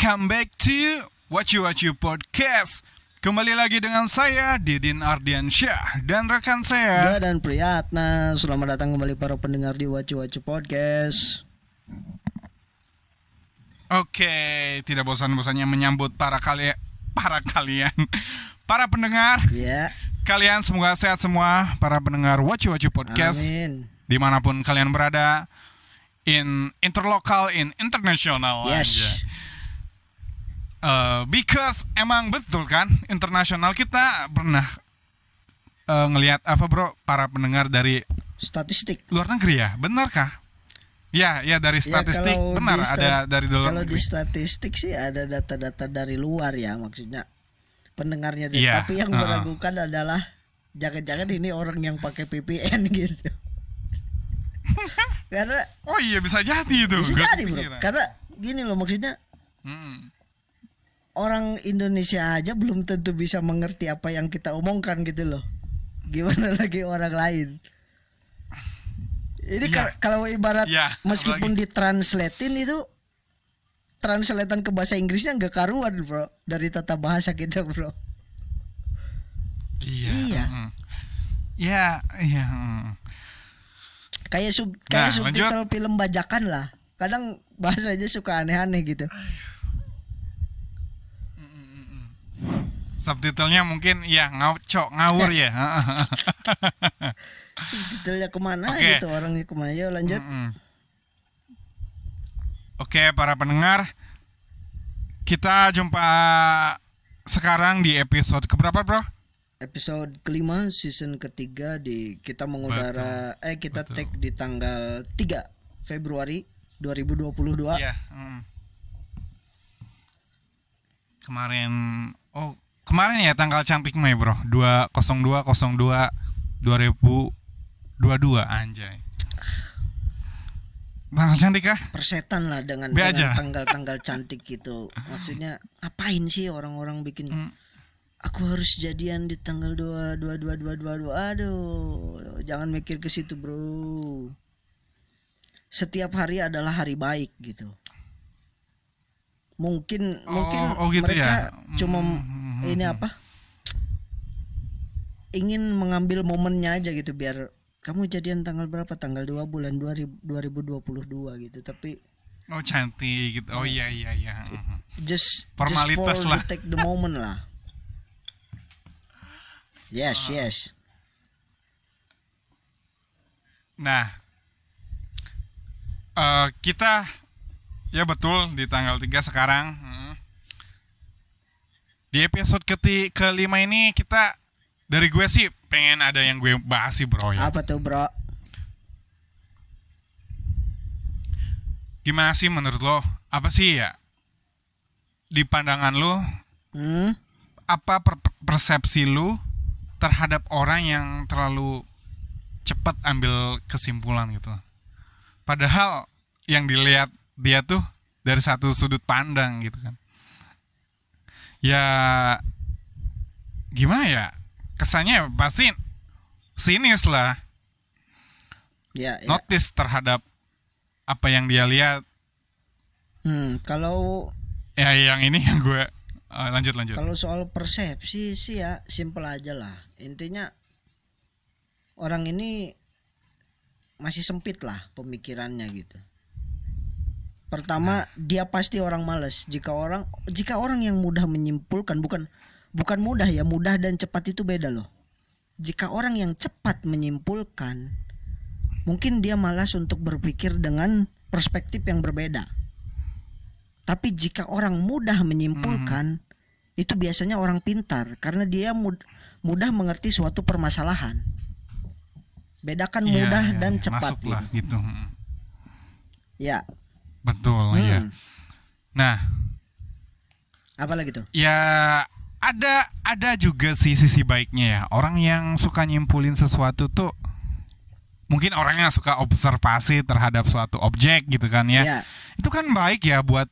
Welcome back to What You Podcast. Kembali lagi dengan saya Didin Ardiansyah dan rekan saya Gua dan Priyatna. Selamat datang kembali para pendengar di What You Podcast. Oke, tidak bosan-bosannya menyambut para pendengar. Ya. Kalian semoga sehat semua para pendengar What You Podcast. Amin. Dimanapun kalian berada, in interlokal, in international. Yes. Because emang betul kan, internasional kita pernah ngelihat apa bro, para pendengar dari Statistik. luar negeri ya, benarkah? Ya dari statistik kalau benar ada dari luar Kalau negeri. di statistik sih ada data-data dari luar ya, maksudnya pendengarnya. Iya, Tapi yang meragukan adalah jangan-jangan ini orang yang pakai VPN gitu. Karena Oh iya bisa jadi itu. bisa Gak jadi bro. kepikiran. Karena gini loh, maksudnya Mm-mm. orang Indonesia aja belum tentu bisa mengerti apa yang kita omongkan gitu loh. Gimana lagi orang lain. Ini Ya. kalau ibarat Ya, meskipun ditranslatein itu translatean ke bahasa Inggrisnya nggak karuan bro, dari tata bahasa kita bro. Iya. Iya. Iya. Kayak Nah, subtitle film bajakan lah. Kadang bahasanya suka aneh-aneh gitu. Subtitlenya mungkin ya ngawur ya. Subtitlenya kemana Oke. gitu, orangnya kemana. Yuk lanjut. Oke, para pendengar, kita jumpa sekarang di episode keberapa bro? Episode kelima season ketiga di kita mengudara kita betul. tag di tanggal 3 Februari 2022. Iya. Kemarin ya tanggal cantik Mei bro, 2/02/02/2022 anjay. Tanggal cantik kah? Persetan lah dengan Be aja. tanggal-tanggal cantik gitu. Maksudnya ngapain sih orang-orang bikin aku harus jadian di tanggal 2/22/2022. Aduh, jangan mikir ke situ, bro. Setiap hari adalah hari baik gitu. Mungkin gitu mereka ya? cuma ini apa? Ingin mengambil momennya aja gitu, biar kamu jadian tanggal berapa? Tanggal 2 bulan 2022 gitu. Tapi Oh cantik gitu. Oh iya. just Formalitas for lah. to take the moment lah. Yes. Nah, kita ya betul di tanggal 3 sekarang. Di episode kelima ini kita, dari gue sih pengen ada yang gue bahas sih bro ya. Apa tuh bro? Gimana sih menurut lo? Apa sih ya di pandangan lo? Apa persepsi lo terhadap orang yang terlalu cepat ambil kesimpulan gitu? Padahal yang dilihat dia tuh dari satu sudut pandang gitu kan. Ya gimana ya? Kesannya pasti sinis lah. Ya. Notice terhadap apa yang dia lihat. Kalau Ya yang ini yang gue lanjut. Kalau soal persepsi sih ya simple aja lah. Intinya orang ini masih sempit lah pemikirannya gitu. Pertama, dia pasti orang malas. Jika orang yang mudah menyimpulkan, bukan mudah ya, mudah dan cepat itu beda loh. Jika orang yang cepat menyimpulkan, mungkin dia malas untuk berpikir dengan perspektif yang berbeda. Tapi jika orang mudah menyimpulkan, itu biasanya orang pintar karena dia mudah mengerti suatu permasalahan. Bedakan mudah dan cepat masuk lah, gitu. Ya. Betul ya. Nah, apa lagi tuh? ya ada juga sih sisi baiknya ya. Orang yang suka nyimpulin sesuatu tuh mungkin orangnya suka observasi terhadap suatu objek gitu kan ya. Ya. Itu kan baik ya buat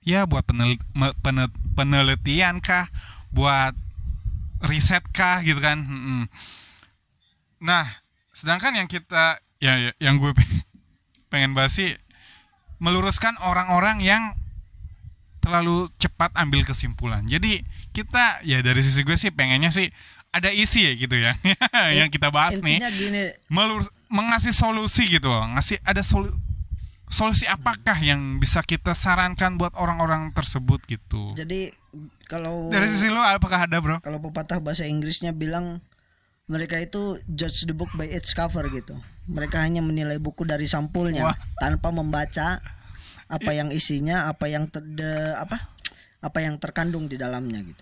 penelitian kah, buat riset kah gitu kan. Nah, sedangkan yang kita yang gue pengen bahas sih meluruskan orang-orang yang terlalu cepat ambil kesimpulan. Jadi kita ya dari sisi gue sih pengennya sih ada isi ya gitu ya. Yang kita bahas nih. Intinya gini, mengasih solusi gitu loh. Ngasih ada solusi apakah yang bisa kita sarankan buat orang-orang tersebut gitu. Jadi kalau dari sisi lo apakah ada, bro? Kalau pepatah bahasa Inggrisnya bilang mereka itu judge the book by its cover gitu. Mereka hanya menilai buku dari sampulnya. Wah. Tanpa membaca apa yang isinya, apa yang terkandung di dalamnya gitu.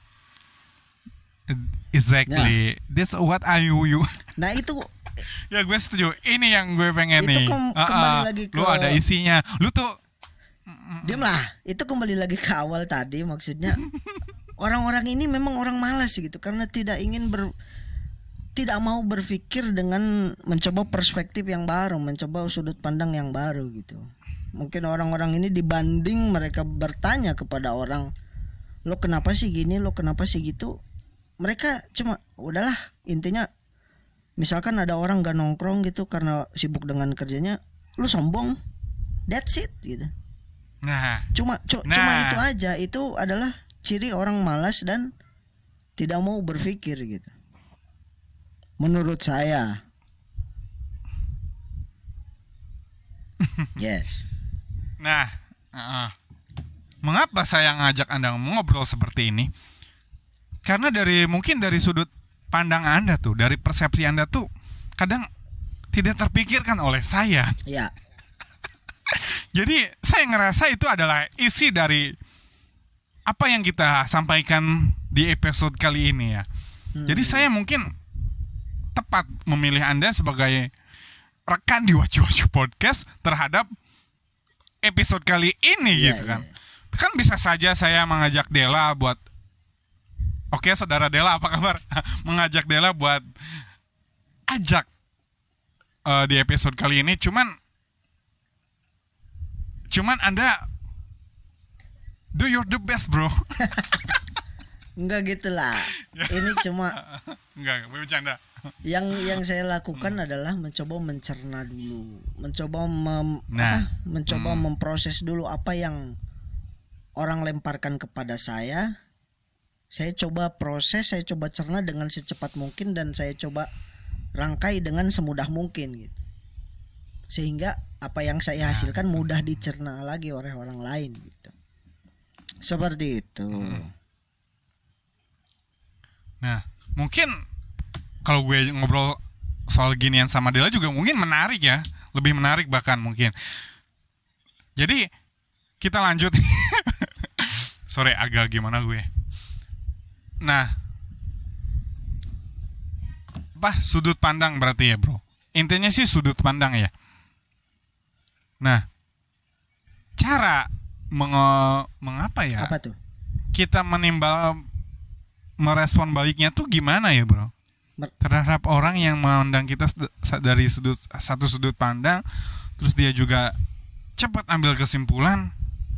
Exactly. Nah, this what you. Nah itu. Ya gue setuju. Ini yang gue pengen itu nih. Kembali lagi ke. Lu ada isinya. Lu tuh. Diam lah. Itu kembali lagi ke awal tadi. Maksudnya orang-orang ini memang orang malas gitu, karena tidak mau berpikir dengan mencoba perspektif yang baru, mencoba sudut pandang yang baru gitu. Mungkin orang-orang ini dibanding mereka bertanya kepada orang, lo kenapa sih gini, lo kenapa sih gitu, mereka cuma udahlah, intinya misalkan ada orang gak nongkrong gitu karena sibuk dengan kerjanya, lo sombong, that's it gitu. Cuma itu aja. Itu adalah ciri orang malas dan tidak mau berpikir gitu, menurut saya. Yes. Nah, mengapa saya ngajak Anda ngobrol seperti ini? Karena mungkin dari sudut pandang Anda tuh, dari persepsi Anda tuh kadang tidak terpikirkan oleh saya. Ya. Jadi saya ngerasa itu adalah isi dari apa yang kita sampaikan di episode kali ini ya. Jadi saya mungkin tepat memilih Anda sebagai rekan di Wacu-Wacu Podcast terhadap episode kali ini gitu kan. Kan bisa saja saya mengajak Dela buat oke, saudara Dela apa kabar? Mengajak Dela buat ajak di episode kali ini, cuman Anda do your the best, bro. Enggak gitulah. Ini cuma enggak bercanda. Yang saya lakukan adalah mencoba mencerna dulu, mencoba memproses dulu apa yang orang lemparkan kepada saya. Saya coba proses, saya coba cerna dengan secepat mungkin, dan saya coba rangkai dengan semudah mungkin gitu. Sehingga apa yang saya hasilkan mudah dicerna lagi oleh orang lain gitu. Seperti itu. Nah, mungkin kalau gue ngobrol soal ginian sama Dela juga mungkin menarik ya, lebih menarik bahkan mungkin. Jadi kita lanjut. Sorry, agak gimana gue. Nah, sudut pandang berarti ya, bro. Intinya sih sudut pandang ya. Nah, cara mengapa ya? Apa tuh? Kita merespon baliknya tuh gimana ya, bro? Terhadap orang yang memandang kita dari satu sudut pandang, terus dia juga cepat ambil kesimpulan.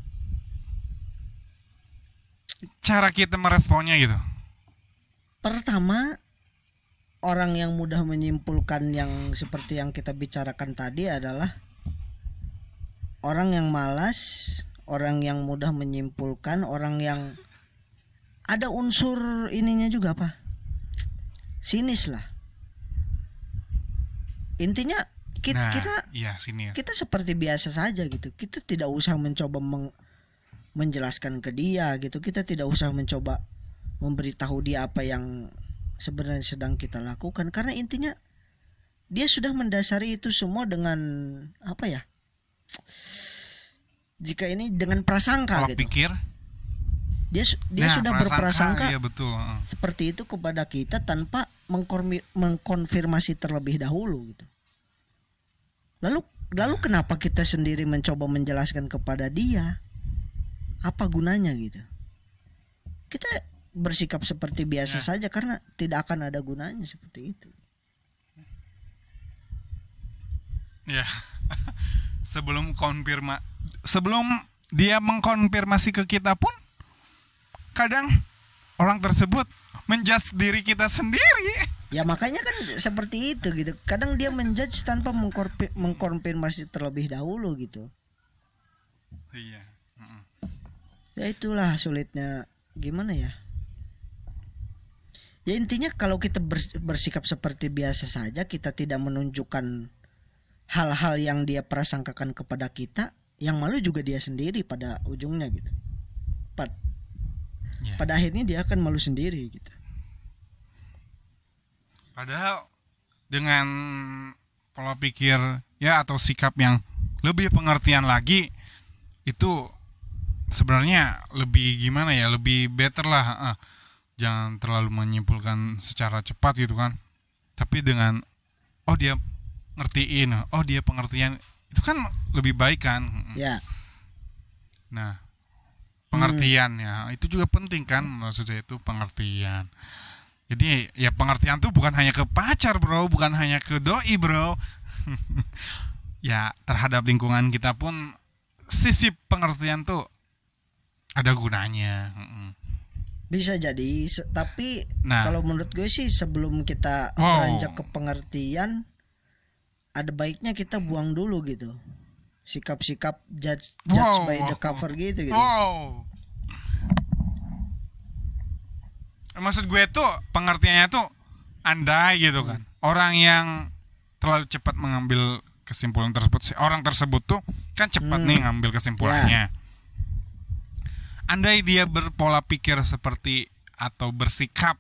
Cara kita meresponnya gitu. Pertama, orang yang mudah menyimpulkan yang seperti yang kita bicarakan tadi adalah orang yang malas, orang yang mudah menyimpulkan, orang yang ada unsur ininya juga apa? Sinis lah. Intinya kita seperti biasa saja gitu. Kita tidak usah mencoba menjelaskan ke dia gitu. Kita tidak usah mencoba memberitahu dia apa yang sebenarnya sedang kita lakukan, karena intinya dia sudah mendasari itu semua dengan apa ya? Jika ini dengan prasangka gitu. Pikir. Dia sudah berprasangka iya, betul. Seperti itu kepada kita tanpa mengkonfirmasi terlebih dahulu gitu. Lalu kenapa kita sendiri mencoba menjelaskan kepada dia? Apa gunanya gitu? Kita bersikap seperti biasa saja karena tidak akan ada gunanya seperti itu. Ya. Sebelum dia mengkonfirmasi ke kita pun kadang orang tersebut menjudge diri kita sendiri. Ya makanya kan seperti itu gitu. Kadang dia menjudge tanpa mengkonfirmasi terlebih dahulu gitu. Iya. Ya itulah sulitnya, gimana ya? Ya intinya kalau kita bersikap seperti biasa saja, kita tidak menunjukkan hal-hal yang dia prasangkakan kepada kita, yang malu juga dia sendiri pada ujungnya gitu. Pada akhirnya dia akan malu sendiri gitu. Padahal dengan pola pikir ya atau sikap yang lebih pengertian lagi, itu sebenarnya lebih gimana ya, lebih better lah. Jangan terlalu menyimpulkan secara cepat gitu kan. Tapi dengan dia ngertiin, dia pengertian, itu kan lebih baik kan. Ya. Nah, pengertian ya itu juga penting kan, maksudnya itu pengertian. Jadi ya pengertian tuh bukan hanya ke pacar bro, bukan hanya ke doi bro. Ya terhadap lingkungan kita pun sisi pengertian tuh ada gunanya. Bisa jadi, tapi kalau menurut gue sih sebelum kita beranjak ke pengertian, ada baiknya kita buang dulu gitu sikap-sikap judge by the cover gitu. Maksud gue tuh pengertiannya tuh andai gitu kan, orang yang terlalu cepat mengambil kesimpulan tersebut, orang tersebut tuh kan cepat nih ngambil kesimpulannya. Andai dia berpola pikir seperti atau bersikap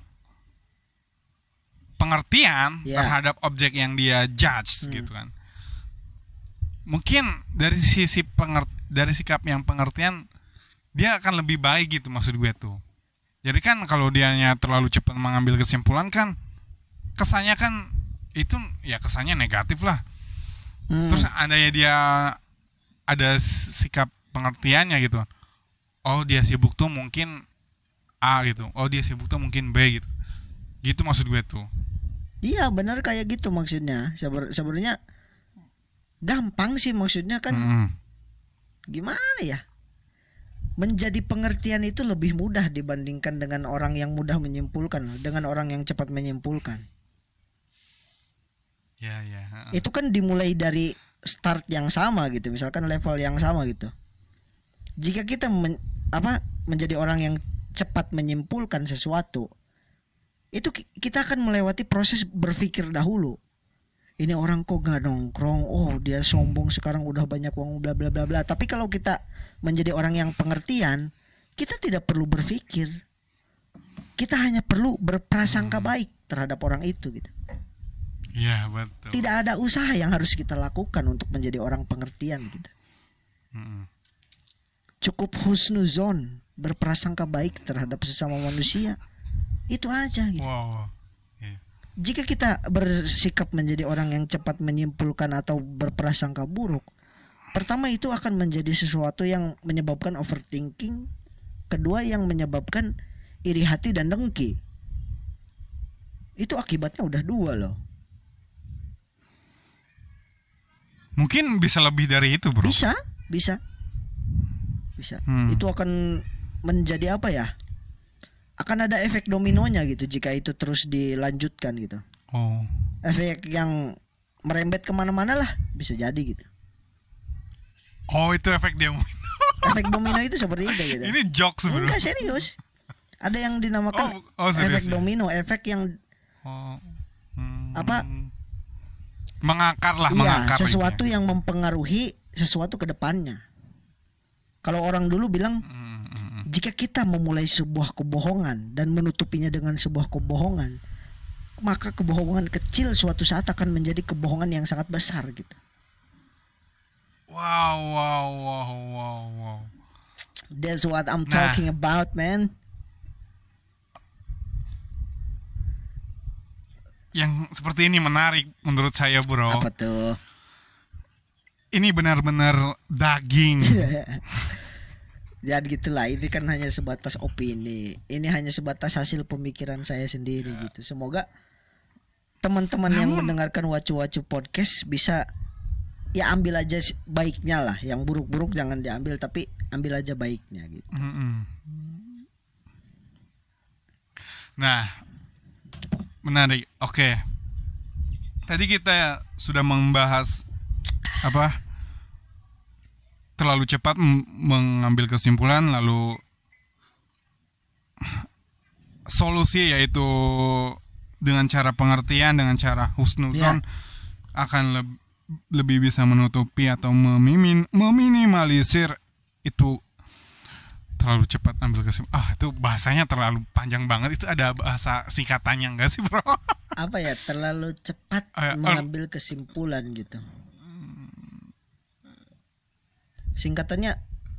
pengertian terhadap objek yang dia judge gitu kan, mungkin dari sisi dari sikap yang pengertian dia akan lebih baik gitu, maksud gue tuh. Jadi kan kalau dianya terlalu cepat mengambil kesimpulan kan kesannya kan itu ya kesannya negatif lah. Terus andainya dia ada sikap pengertiannya gitu, dia sibuk tuh mungkin A gitu, dia sibuk tuh mungkin B gitu. Gitu maksud gue tuh. Iya benar kayak gitu maksudnya. Sebenarnya gampang sih maksudnya kan. Gimana ya? Menjadi pengertian itu lebih mudah dibandingkan dengan orang yang mudah menyimpulkan, dengan orang yang cepat menyimpulkan. Ya. Itu kan dimulai dari start yang sama gitu, misalkan level yang sama gitu. Jika kita menjadi orang yang cepat menyimpulkan sesuatu, itu kita akan melewati proses berpikir dahulu. Ini orang kok gak nongkrong, dia sombong sekarang udah banyak uang bla bla bla bla. Tapi kalau kita menjadi orang yang pengertian, kita tidak perlu berpikir, kita hanya perlu berprasangka baik terhadap orang itu gitu. Iya betul. Tidak ada usaha yang harus kita lakukan untuk menjadi orang pengertian gitu. Cukup husnuzon, berprasangka baik terhadap sesama manusia. Itu aja gitu. Jika kita bersikap menjadi orang yang cepat menyimpulkan atau berprasangka buruk, pertama itu akan menjadi sesuatu yang menyebabkan overthinking, kedua yang menyebabkan iri hati dan dengki. Itu akibatnya udah 2 loh. Mungkin bisa lebih dari itu bro. Bisa. Itu akan menjadi apa ya? Akan ada efek dominonya gitu jika itu terus dilanjutkan gitu. Efek yang merembet kemana-mana lah, bisa jadi gitu. Itu efek domino. Efek domino itu seperti itu gitu. Ini jokes bro. Enggak, serius. Ada yang dinamakan efek domino, efek yang mengakar lah. Iya, sesuatu yang mempengaruhi sesuatu ke depannya. Kalau orang dulu bilang jika kita memulai sebuah kebohongan dan menutupinya dengan sebuah kebohongan, maka kebohongan kecil suatu saat akan menjadi kebohongan yang sangat besar gitu. Wow. That's what I'm talking about, man. Yang seperti ini menarik menurut saya, bro. Apa tuh? Ini benar-benar daging. Jangan gitulah, ini kan hanya sebatas opini. Ini hanya sebatas hasil pemikiran saya sendiri gitu. Semoga teman-teman yang mendengarkan Wacu-Wacu Podcast bisa ya ambil aja baiknya lah. Yang buruk-buruk jangan diambil, tapi ambil aja baiknya gitu. Nah, menarik. Oke. Tadi kita sudah membahas terlalu cepat mengambil kesimpulan, lalu solusi yaitu dengan cara pengertian, dengan cara husnuzon akan lebih bisa menutupi atau meminimalisir itu terlalu cepat ambil kesimpulan. Itu bahasanya terlalu panjang banget. Itu ada bahasa singkatannya enggak sih, bro? Apa ya, terlalu cepat mengambil kesimpulan gitu. Singkatannya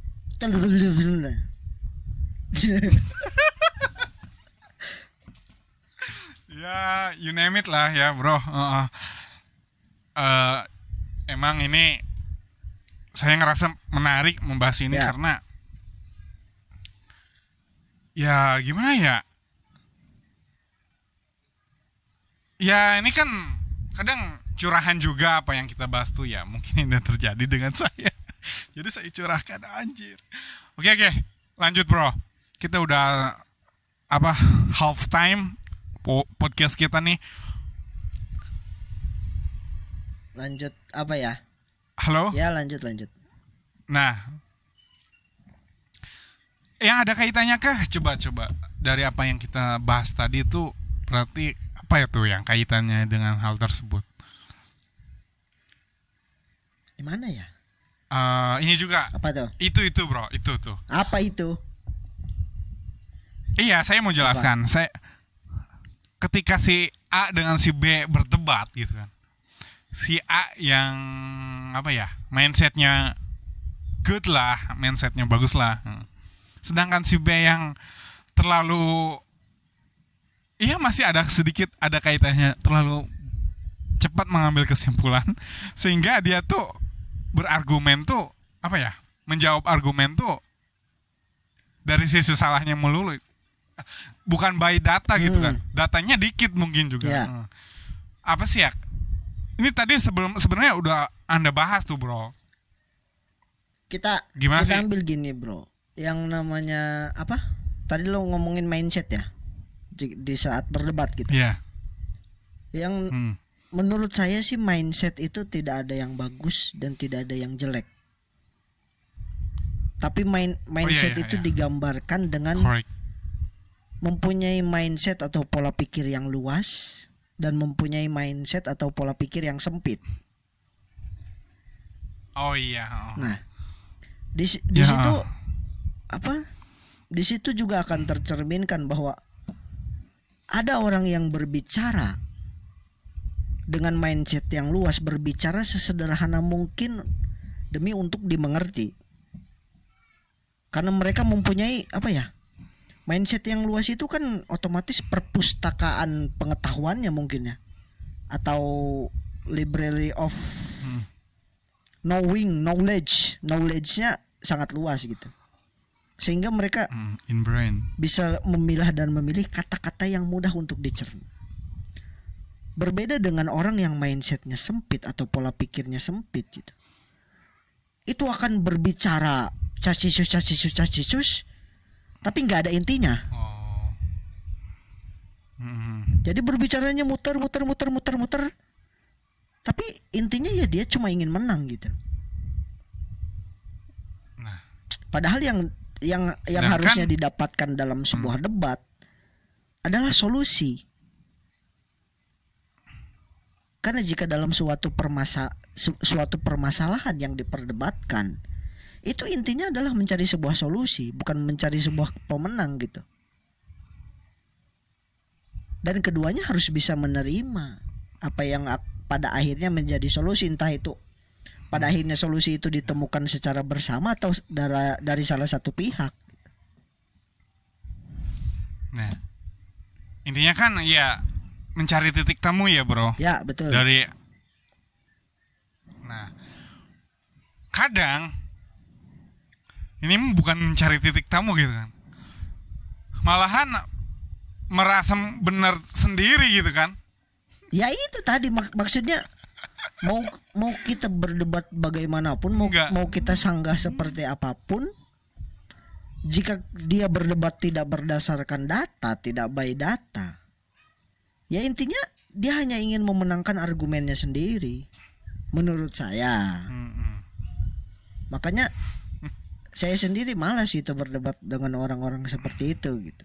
ya, you name it lah ya, bro. Emang ini saya ngerasa menarik membahas ini karena ya gimana ya? Ya ini kan kadang curahan juga apa yang kita bahas tuh ya. Mungkin ini terjadi dengan saya. Jadi saya curahkan, anjir. Oke, lanjut bro. Kita udah half time podcast kita nih. Lanjut apa ya? Halo? Ya lanjut. Nah, yang ada kaitannya kah? Coba dari apa yang kita bahas tadi itu berarti apa ya tuh yang kaitannya dengan hal tersebut? Gimana ya? Ini juga. Apa tuh? Itu bro, itu tuh. Apa itu? Iya, saya mau jelaskan. Saya ketika si A dengan si B berdebat gitu kan. Si A yang mindsetnya good lah, mindsetnya bagus lah. Sedangkan si B yang terlalu masih ada sedikit ada kaitannya, terlalu cepat mengambil kesimpulan sehingga dia tuh berargumen tuh menjawab argumen tuh dari sisi salahnya melulu, bukan by data gitu kan, datanya dikit mungkin juga. Apa sih ya, ini tadi sebenarnya udah Anda bahas tuh bro. Kita ambil gini bro, yang namanya apa tadi lo ngomongin mindset ya di saat berdebat gitu. Yang menurut saya sih mindset itu tidak ada yang bagus dan tidak ada yang jelek. Tapi mindset itu digambarkan dengan mempunyai mindset atau pola pikir yang luas dan mempunyai mindset atau pola pikir yang sempit. Nah, di situ di situ juga akan tercerminkan bahwa ada orang yang berbicara dengan mindset yang luas, berbicara sesederhana mungkin demi untuk dimengerti. Karena mereka mempunyai mindset yang luas itu kan otomatis perpustakaan pengetahuannya mungkin ya, atau library of knowledge-nya sangat luas gitu. Sehingga mereka bisa memilah dan memilih kata-kata yang mudah untuk dicerna. Berbeda dengan orang yang mindsetnya sempit atau pola pikirnya sempit gitu. Itu akan berbicara cacisus tapi nggak ada intinya. Jadi berbicaranya muter tapi intinya ya dia cuma ingin menang gitu. Padahal yang harusnya didapatkan dalam sebuah debat adalah solusi. Karena jika dalam suatu permasalahan yang diperdebatkan, itu intinya adalah mencari sebuah solusi, bukan mencari sebuah pemenang gitu. Dan keduanya harus bisa menerima apa yang pada akhirnya menjadi solusi, entah itu pada akhirnya solusi itu ditemukan secara bersama atau dari salah satu pihak. Nah, intinya kan ya mencari titik temu ya bro. Ya betul. Kadang ini bukan mencari titik temu gitu kan, malahan merasa benar sendiri gitu kan. Ya itu tadi maksudnya mau kita berdebat bagaimanapun, mau kita sanggah seperti apapun, jika dia berdebat tidak berdasarkan data, tidak by data, ya intinya dia hanya ingin memenangkan argumennya sendiri. Menurut saya. Makanya saya sendiri malas itu berdebat dengan orang-orang seperti itu gitu.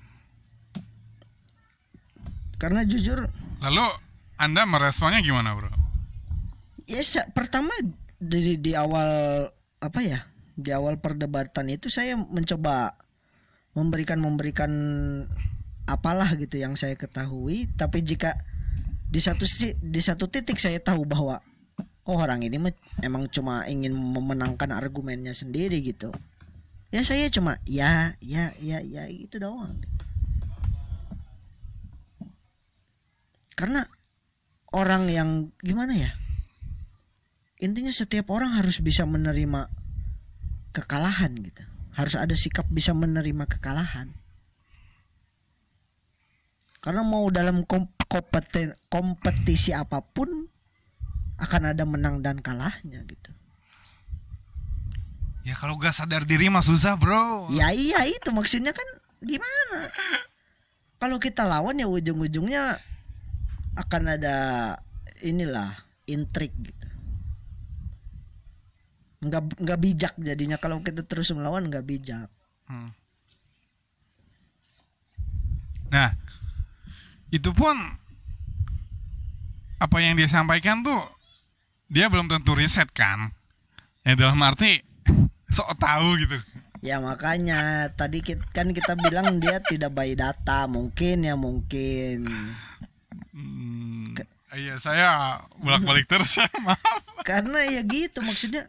Karena jujur. Lalu Anda meresponnya gimana, bro? Ya pertama di awal apa ya? Di awal perdebatan itu saya mencoba memberikan apalah gitu yang saya ketahui. Tapi jika di satu titik saya tahu bahwa orang ini emang cuma ingin memenangkan argumennya sendiri gitu. Ya saya cuma ya itu doang. Karena orang yang gimana ya? Intinya setiap orang harus bisa menerima kekalahan gitu. Harus ada sikap bisa menerima kekalahan. Karena mau dalam kompetisi apapun akan ada menang dan kalahnya gitu. Ya kalau gak sadar diri mah susah, bro. Ya iya itu maksudnya kan gimana? Kalau kita lawan ya ujung-ujungnya akan ada inilah intrik gitu. Nggak bijak jadinya kalau kita terus melawan, nggak bijak. Nah, itu pun apa yang dia sampaikan tuh dia belum tentu riset kan. Ya dalam arti sok tahu gitu. Ya makanya tadi kita bilang dia tidak by data, mungkin. Iya, saya bolak-balik terus ya, maaf. Karena ya gitu maksudnya.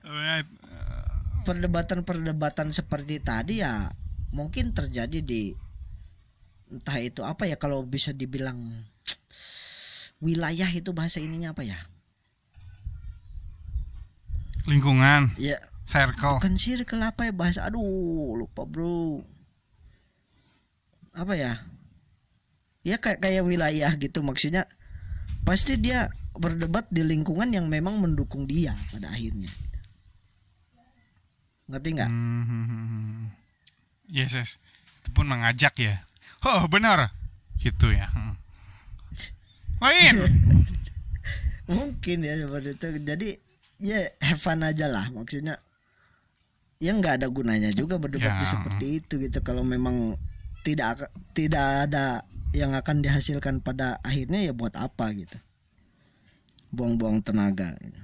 Perdebatan seperti tadi ya mungkin terjadi di entah itu apa ya, kalau bisa dibilang wilayah itu bahasa ininya apa ya? Lingkungan. Ya, circle. Bukan circle, apa ya bahasa? Aduh, lupa, bro. Apa ya? Ya kayak wilayah gitu maksudnya. Pasti dia berdebat di lingkungan yang memang mendukung dia pada akhirnya. Ngerti nggak? Yes. Itu pun mengajak ya. Oh benar, gitu ya. Lain. Mungkin ya seperti itu. Jadi ya have fun aja lah maksudnya. Ya nggak ada gunanya juga berdebat seperti itu gitu. Kalau memang tidak ada yang akan dihasilkan pada akhirnya, ya buat apa gitu, buang-buang tenaga gitu.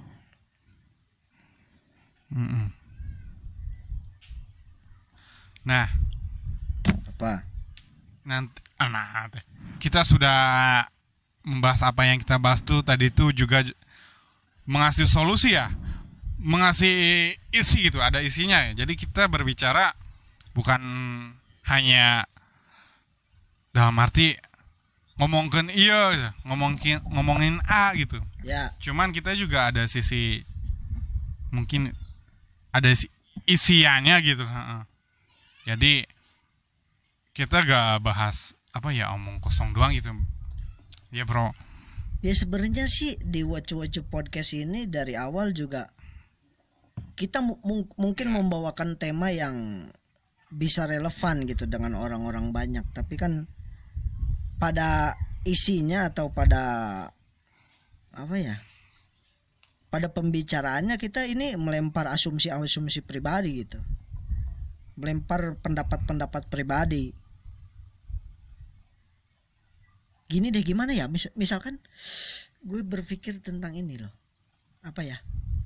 Nah, apa nanti kita sudah membahas apa yang kita bahas tuh tadi tuh juga mengasih solusi ya, mengasih isi gitu, ada isinya ya. Jadi kita berbicara bukan hanya dalam arti ngomongin iya gitu, ngomongin A gitu ya. Cuman kita juga ada sisi, mungkin ada isiannya gitu. Jadi kita gak bahas apa ya, omong kosong doang gitu ya, bro. Ya sebenarnya sih di Wacu-Wacu Podcast ini dari awal juga kita mungkin membawakan tema yang bisa relevan gitu dengan orang-orang banyak, tapi kan pada isinya atau pada apa ya, pada pembicaraannya kita ini melempar asumsi pribadi gitu, melempar pendapat pribadi. Gini deh, gimana ya, misalkan gue berpikir tentang ini loh, apa ya,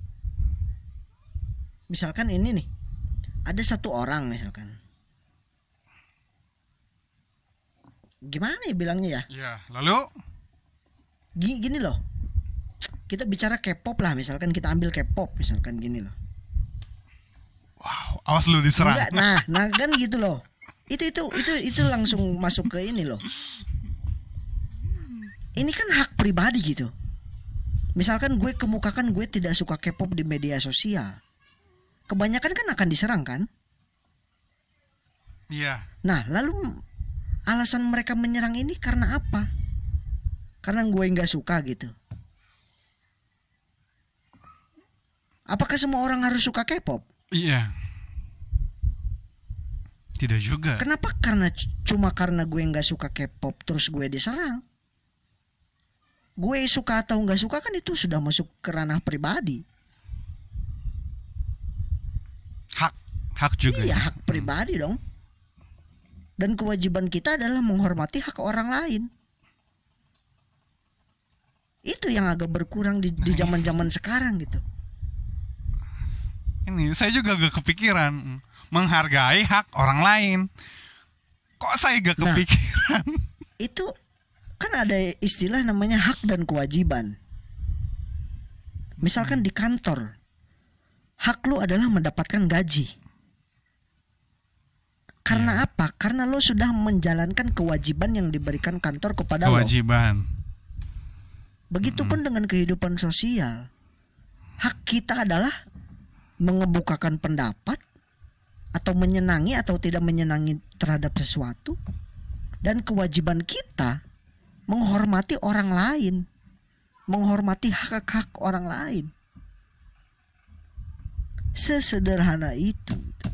misalkan ini nih, ada satu orang misalkan, gimana ya bilangnya ya? Iya, lalu gini loh, kita bicara K-pop lah, misalkan kita ambil K-pop misalkan gini loh. Wow, awas lu diserang. Enggak, nah kan gitu loh. Itu langsung masuk ke ini loh. Ini kan hak pribadi gitu. Misalkan gue kemukakan gue tidak suka K-pop di media sosial, kebanyakan kan akan diserang kan? Iya. Nah, lalu alasan mereka menyerang ini karena apa? Karena gue nggak suka gitu. Apakah semua orang harus suka K-pop? Iya. Tidak juga. Kenapa? Cuma karena gue nggak suka K-pop terus gue diserang? Gue suka atau nggak suka kan itu sudah masuk ke ranah pribadi. hak juga. Iya, hak pribadi dong. Dan kewajiban kita adalah menghormati hak orang lain. Itu yang agak berkurang di zaman-zaman sekarang gitu. Ini saya juga gak kepikiran menghargai hak orang lain. Kok saya gak kepikiran? Itu kan ada istilah namanya hak dan kewajiban. Misalkan di kantor, hak lu adalah mendapatkan gaji. Karena apa? Karena lo sudah menjalankan kewajiban yang diberikan kantor kepada kewajiban. Begitupun dengan kehidupan sosial. Hak kita adalah mengemukakan pendapat atau menyenangi atau tidak menyenangi terhadap sesuatu. Dan kewajiban kita menghormati orang lain, menghormati hak-hak orang lain. Sesederhana itu.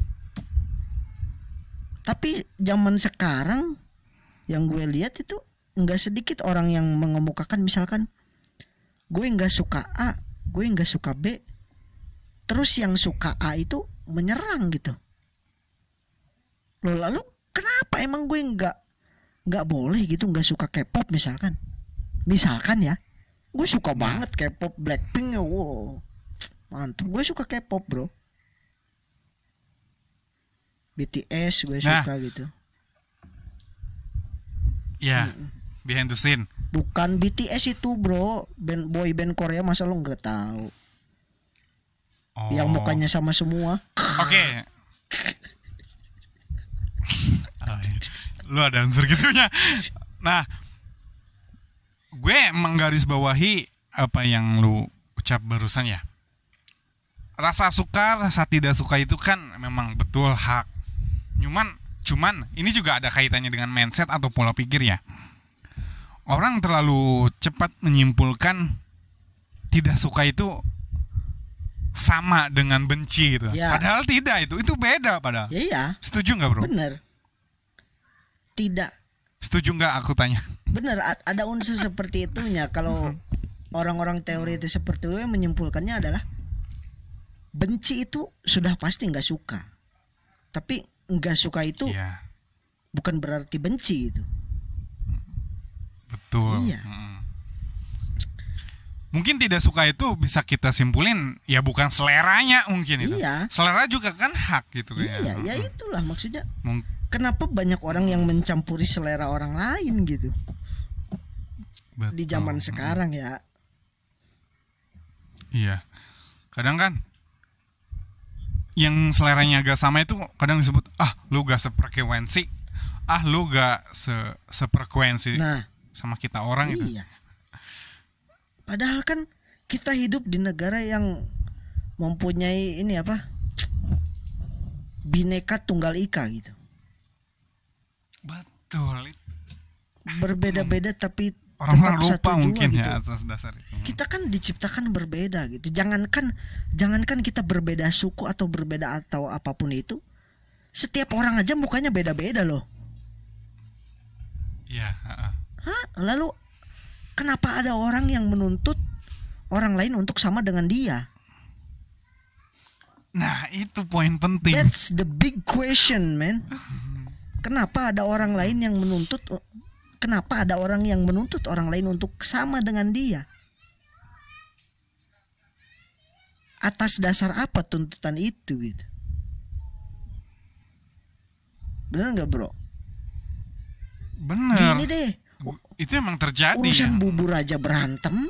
Tapi zaman sekarang yang gue lihat itu nggak sedikit orang yang mengemukakan misalkan gue nggak suka A, gue nggak suka B, terus yang suka A itu menyerang gitu. Loh, lalu kenapa emang gue nggak boleh gitu nggak suka K-pop misalkan ya, gue suka banget K-pop Blackpink, wow mantap, gue suka K-pop bro. BTS gue suka gitu. Ya, behind the scene. Bukan BTS itu bro, boy band Korea, masa lo nggak tahu? Yang mukanya sama semua. Oke. Lu ada unsur gitunya. Nah, gue menggarisbawahi apa yang lu ucap barusan ya. Rasa suka, rasa tidak suka itu kan memang betul hak. Cuman ini juga ada kaitannya dengan mindset atau pola pikir ya. Orang terlalu cepat menyimpulkan tidak suka itu sama dengan benci gitu. Ya. Padahal tidak, itu beda padahal. Ya, iya. Setuju nggak bro? Bener. Tidak. Setuju nggak aku tanya? Bener, ada unsur seperti itunya. Kalau orang-orang teoritis seperti itu menyimpulkannya adalah benci itu sudah pasti nggak suka. Tapi nggak suka itu bukan berarti benci itu. Betul. Iya. Mungkin tidak suka itu bisa kita simpulin ya bukan seleranya mungkin itu. Iya. Selera juga kan hak gitu kayak. Iya, ya itulah maksudnya. Kenapa banyak orang yang mencampuri selera orang lain gitu? Betul. Di zaman sekarang ya. Iya. Kadang kan yang seleranya agak sama itu kadang disebut lu gak sefrekuensi, lu gak sefrekuensi sama kita orang. Iya. Padahal kan kita hidup di negara yang mempunyai ini apa, Bhinneka Tunggal Ika gitu. Betul. Berbeda-beda tapi orang tetap satu mungkin jua gitu. Ya atas dasar itu. Kita kan diciptakan berbeda gitu. Jangankan kita berbeda suku atau berbeda atau apapun itu. Setiap orang aja mukanya beda-beda loh. Iya. Lalu kenapa ada orang yang menuntut orang lain untuk sama dengan dia? Nah, itu poin penting. That's the big question, man. Kenapa ada orang lain yang menuntut? Kenapa ada orang yang menuntut orang lain untuk sama dengan dia? Atas dasar apa tuntutan itu gitu? Bener nggak bro? Bener. Gini deh. Itu emang terjadi. Urusan bubur aja berantem.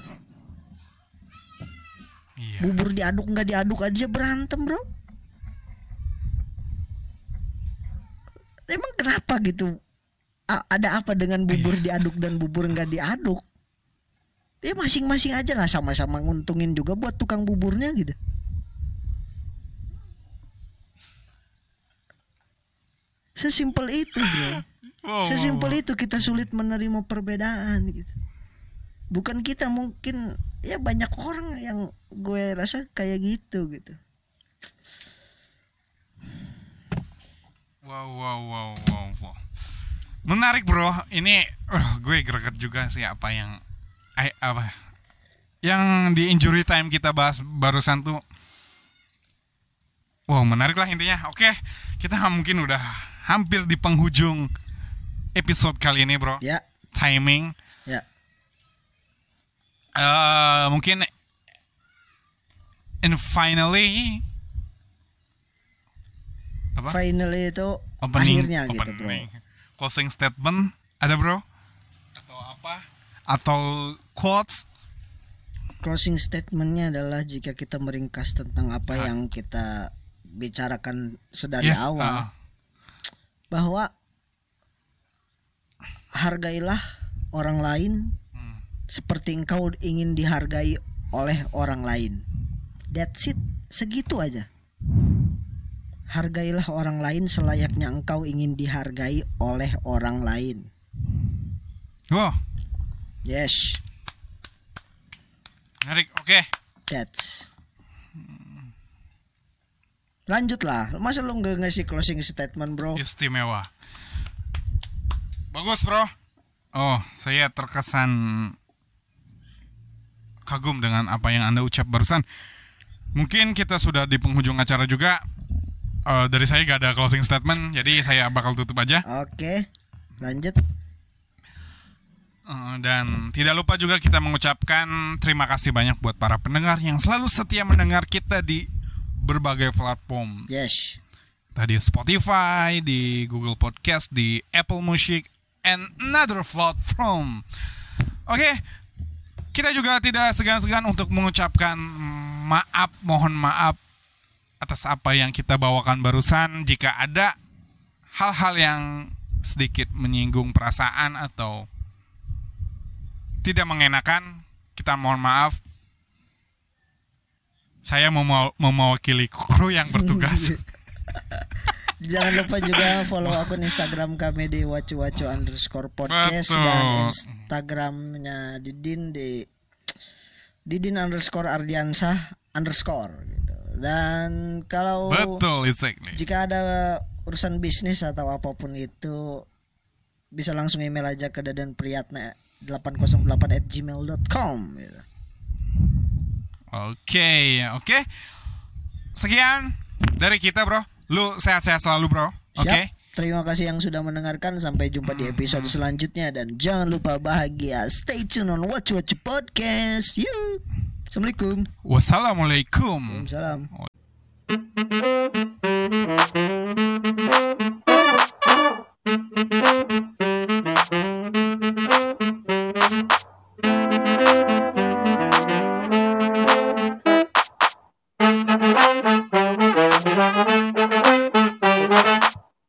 Iya. Bubur diaduk nggak diaduk aja berantem bro. Emang kenapa gitu? Ada apa dengan bubur diaduk dan bubur nggak diaduk? Ya masing-masing aja lah, sama-sama nguntungin juga buat tukang buburnya gitu. Sesimpel itu bro. Sesimpel itu, kita sulit menerima perbedaan gitu. Bukan kita, mungkin ya banyak orang yang gue rasa kayak gitu. Wow. Menarik bro. Ini gue greget juga sih apa yang di injury time kita bahas barusan tuh. Wow, menarik lah intinya. Oke, kita mungkin udah hampir di penghujung episode kali ini, bro. Ya. Timing. Ya. Mungkin and finally apa? Finally itu Opening, akhirnya gitu, bro. Closing statement ada, bro? Atau apa? Atau quotes? Closing statementnya adalah jika kita meringkas tentang apa yang kita bicarakan sedari awal, bahwa hargailah orang lain seperti engkau ingin dihargai oleh orang lain. That's it, segitu aja. Hargailah orang lain selayaknya engkau ingin dihargai oleh orang lain. Wow. Yes. Menarik, oke. That's. Lanjutlah. Masa lu nggak ngasih closing statement, bro? Istimewa. Bagus, bro. Oh, saya terkesan kagum dengan apa yang Anda ucap barusan. Mungkin kita sudah di penghujung acara juga. Dari saya gak ada closing statement, jadi saya bakal tutup aja. Oke, lanjut. Dan tidak lupa juga kita mengucapkan terima kasih banyak buat para pendengar yang selalu setia mendengar kita di berbagai platform. Yes. Tadi Spotify, di Google Podcast, di Apple Music, and another platform. Oke, kita juga tidak segan-segan untuk mengucapkan maaf, mohon maaf atas apa yang kita bawakan barusan. Jika ada hal-hal yang sedikit menyinggung perasaan atau tidak mengenakan, kita mohon maaf. Saya mewakili kru yang bertugas. Jangan lupa juga follow akun Instagram kami di wacu_podcast. Betul. Dan Instagramnya Didin di Didin_Ardiansah_ gitu. Dan kalau Betul, exactly. Jika ada urusan bisnis atau apapun itu, bisa langsung email aja ke dadanpriyatna808@gmail.com gitu. Oke. Sekian dari kita, bro. Lu sehat-sehat selalu, bro. Oke. Terima kasih yang sudah mendengarkan. Sampai jumpa di episode selanjutnya. Dan jangan lupa bahagia. Stay tune on Wacu Podcast. Assalamualaikum. Wassalamualaikum. Waalaikumsalam.